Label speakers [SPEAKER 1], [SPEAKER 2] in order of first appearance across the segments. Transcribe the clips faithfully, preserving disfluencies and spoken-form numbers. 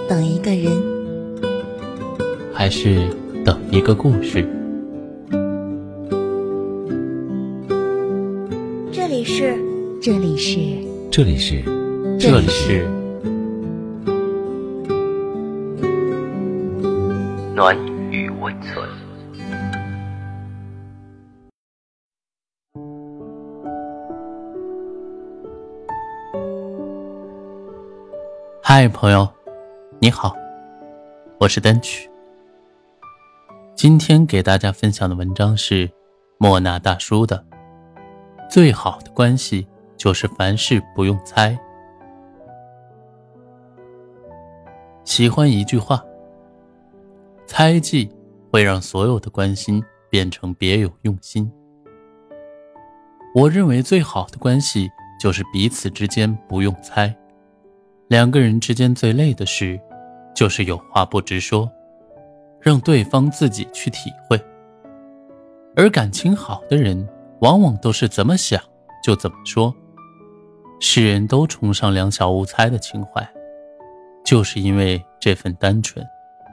[SPEAKER 1] 等一个人，
[SPEAKER 2] 还是等一个故事？
[SPEAKER 1] 这里是，这里是，
[SPEAKER 3] 这里是，
[SPEAKER 2] 这里是
[SPEAKER 4] 暖与温存。
[SPEAKER 2] 嗨，朋友，你好，我是单曲。今天给大家分享的文章是莫那大叔的《最好的关系就是凡事不用猜》。喜欢一句话，猜忌会让所有的关心变成别有用心。我认为最好的关系就是彼此之间不用猜。两个人之间最累的事，就是有话不直说，让对方自己去体会。而感情好的人，往往都是怎么想就怎么说。世人都崇尚两小无猜的情怀，就是因为这份单纯。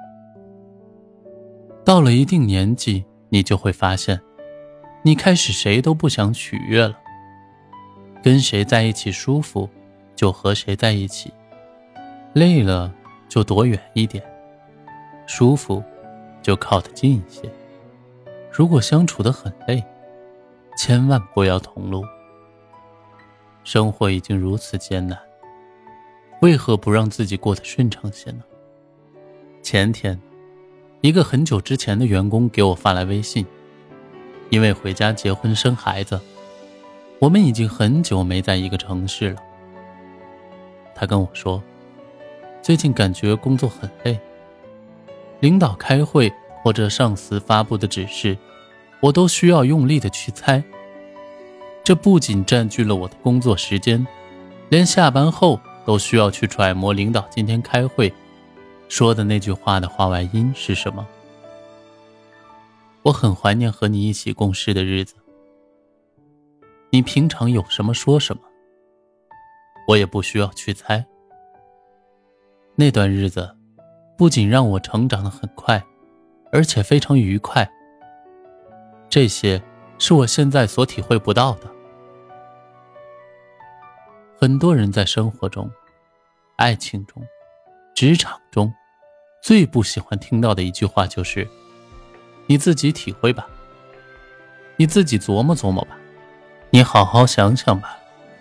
[SPEAKER 2] 到了一定年纪，你就会发现，你开始谁都不想取悦了。跟谁在一起舒服，就和谁在一起，累了就躲远一点，舒服就靠得近一些。如果相处得很累，千万不要同路。生活已经如此艰难，为何不让自己过得顺畅些呢？前天，一个很久之前的员工给我发来微信，因为回家结婚生孩子，我们已经很久没在一个城市了。他跟我说，最近感觉工作很累，领导开会或者上司发布的指示，我都需要用力的去猜。这不仅占据了我的工作时间，连下班后都需要去揣摩领导今天开会说的那句话的话外音是什么。我很怀念和你一起共事的日子，你平常有什么说什么，我也不需要去猜。那段日子不仅让我成长得很快，而且非常愉快。这些是我现在所体会不到的。很多人在生活中、爱情中、职场中，最不喜欢听到的一句话就是你自己体会吧，你自己琢磨琢磨吧，你好好想想吧。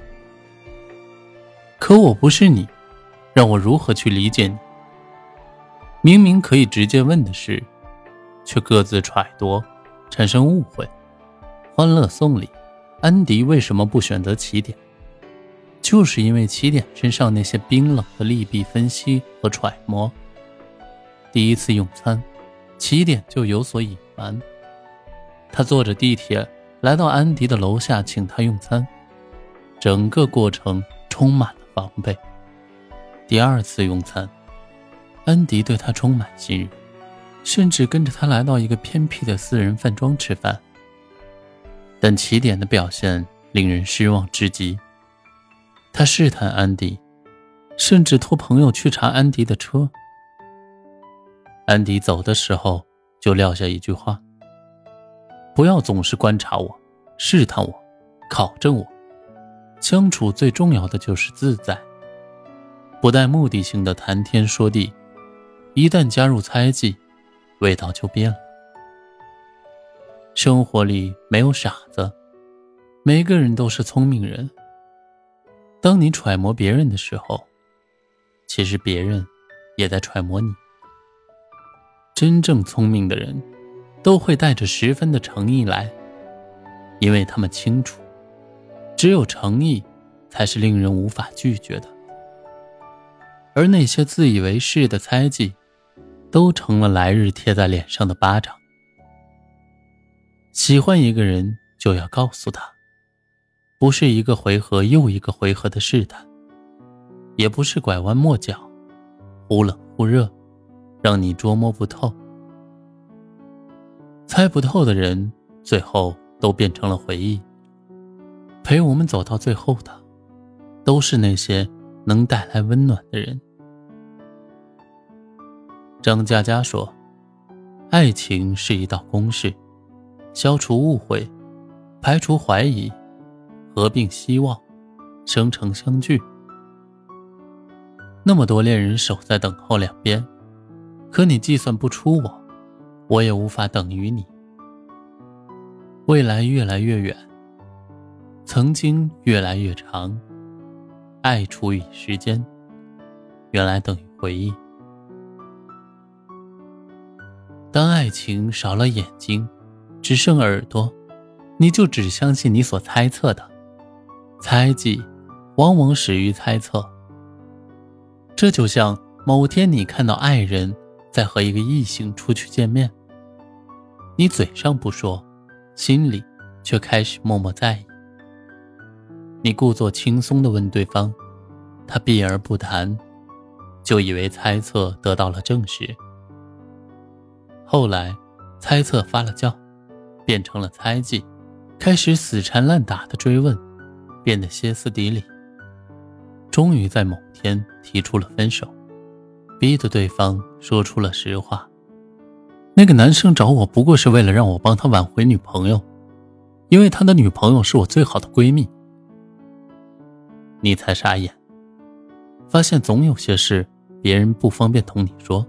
[SPEAKER 2] 可我不是你，让我如何去理解你？明明可以直接问的事，却各自揣度，产生误会。欢乐颂里，安迪为什么不选择起点？就是因为起点身上那些冰冷的利弊分析和揣摩。第一次用餐，起点就有所隐瞒。他坐着地铁来到安迪的楼下请他用餐，整个过程充满了防备。第二次用餐，安迪对他充满信任，甚至跟着他来到一个偏僻的私人饭庄吃饭。但起点的表现令人失望至极。他试探安迪，甚至托朋友去查安迪的车。安迪走的时候就撂下一句话，不要总是观察我，试探我，考证我，相处最重要的就是自在，不带目的性的谈天说地，一旦加入猜忌，味道就变了。生活里没有傻子，每个人都是聪明人。当你揣摩别人的时候，其实别人也在揣摩你。真正聪明的人都会带着十分的诚意来，因为他们清楚，只有诚意才是令人无法拒绝的。而那些自以为是的猜忌，都成了来日贴在脸上的巴掌。喜欢一个人就要告诉他，不是一个回合又一个回合的试探，也不是拐弯抹角，忽冷忽热，让你捉摸不透。猜不透的人，最后都变成了回忆。陪我们走到最后的，都是那些能带来温暖的人。 张嘉佳说，爱情是一道公式，消除误会，排除怀疑，合并希望，生成相聚。那么多恋人守在等候两边，可你计算不出我，我也无法等于你。未来越来越远，曾经越来越长，爱除以时间，原来等于回忆。当爱情少了眼睛，只剩耳朵，你就只相信你所猜测的。猜忌往往始于猜测。这就像某天你看到爱人在和一个异性出去见面，你嘴上不说，心里却开始默默在意。你故作轻松地问对方，他避而不谈，就以为猜测得到了证实。后来猜测发了酵，变成了猜忌，开始死缠烂打的追问，变得歇斯底里。终于在某天提出了分手，逼得对方说出了实话。那个男生找我不过是为了让我帮他挽回女朋友，因为他的女朋友是我最好的闺蜜。你才傻眼，发现总有些事别人不方便同你说。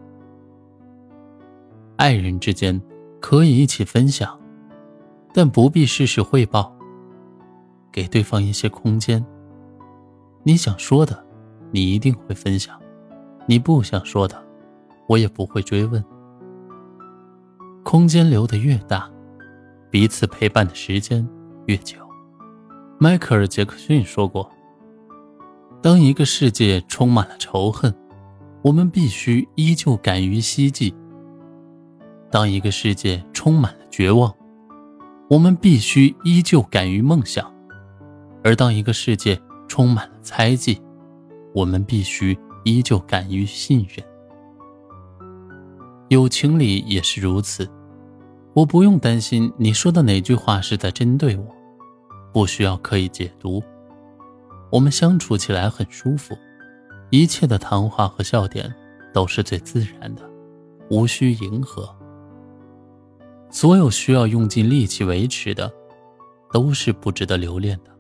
[SPEAKER 2] 爱人之间可以一起分享，但不必事事汇报，给对方一些空间。你想说的，你一定会分享；你不想说的，我也不会追问。空间留得越大，彼此陪伴的时间越久。迈克尔·杰克逊说过，当一个世界充满了仇恨，我们必须依旧敢于希冀；当一个世界充满了绝望，我们必须依旧敢于梦想；而当一个世界充满了猜忌，我们必须依旧敢于信任。友情里也是如此，我不用担心你说的哪句话是在针对我，不需要刻意解读。我们相处起来很舒服，一切的谈话和笑点都是最自然的，无需迎合。所有需要用尽力气维持的，都是不值得留恋的。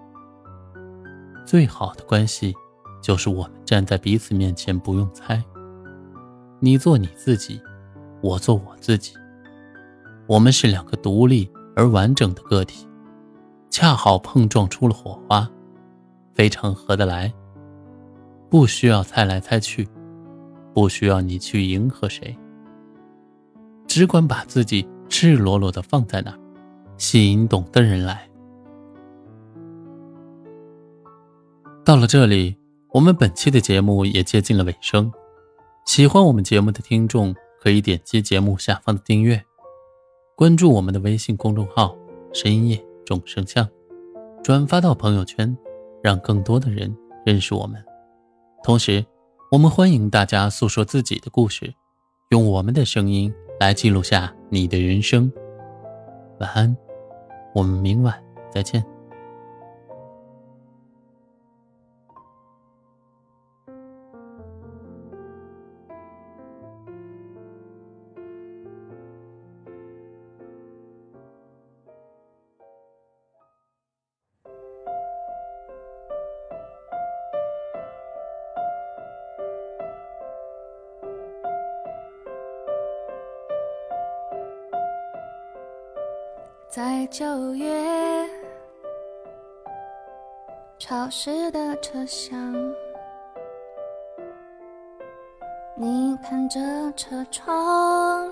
[SPEAKER 2] 最好的关系，就是我们站在彼此面前不用猜，你做你自己，我做我自己。我们是两个独立而完整的个体，恰好碰撞出了火花，非常合得来。不需要猜来猜去，不需要你去迎合谁，只管把自己赤裸裸地放在那儿，吸引懂的人来。到了这里，我们本期的节目也接近了尾声。喜欢我们节目的听众可以点击节目下方的订阅，关注我们的微信公众号深夜众生相，转发到朋友圈，让更多的人认识我们。同时我们欢迎大家诉说自己的故事，用我们的声音来记录下你的人生。晚安，我们明晚再见。
[SPEAKER 3] 在九月潮湿的车厢，你看着车窗，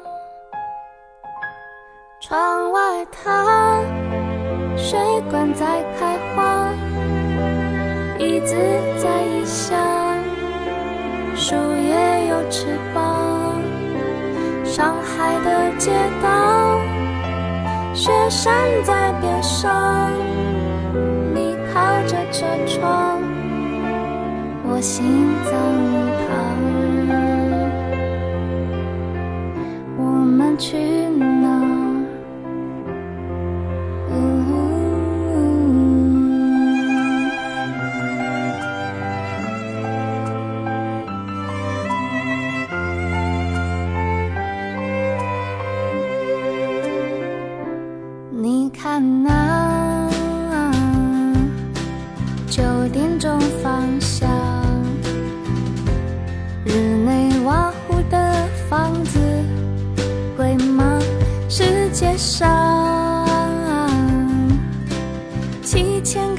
[SPEAKER 3] 窗外它水管在开花，椅子在异乡，树叶有翅膀，上海的街道，雪山在边上，你靠着车窗，我心脏旁，我们去哪？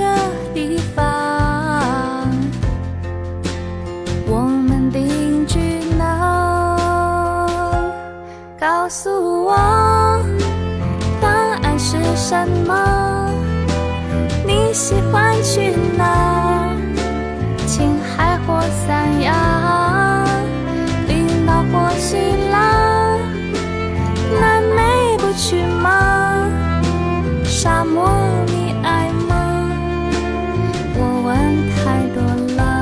[SPEAKER 3] 个地方，我们定居呢？告诉我答案是什么？你喜欢去哪？青海或三亚，冰岛或希腊，南美不去吗？沙漠你爱吗？我问太多了。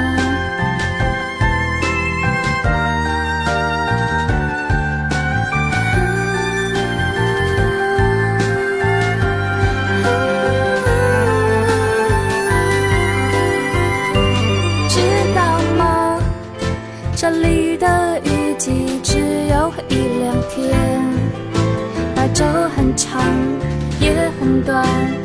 [SPEAKER 3] 知道吗？这里的雨季只有一两天，白昼很长也很短。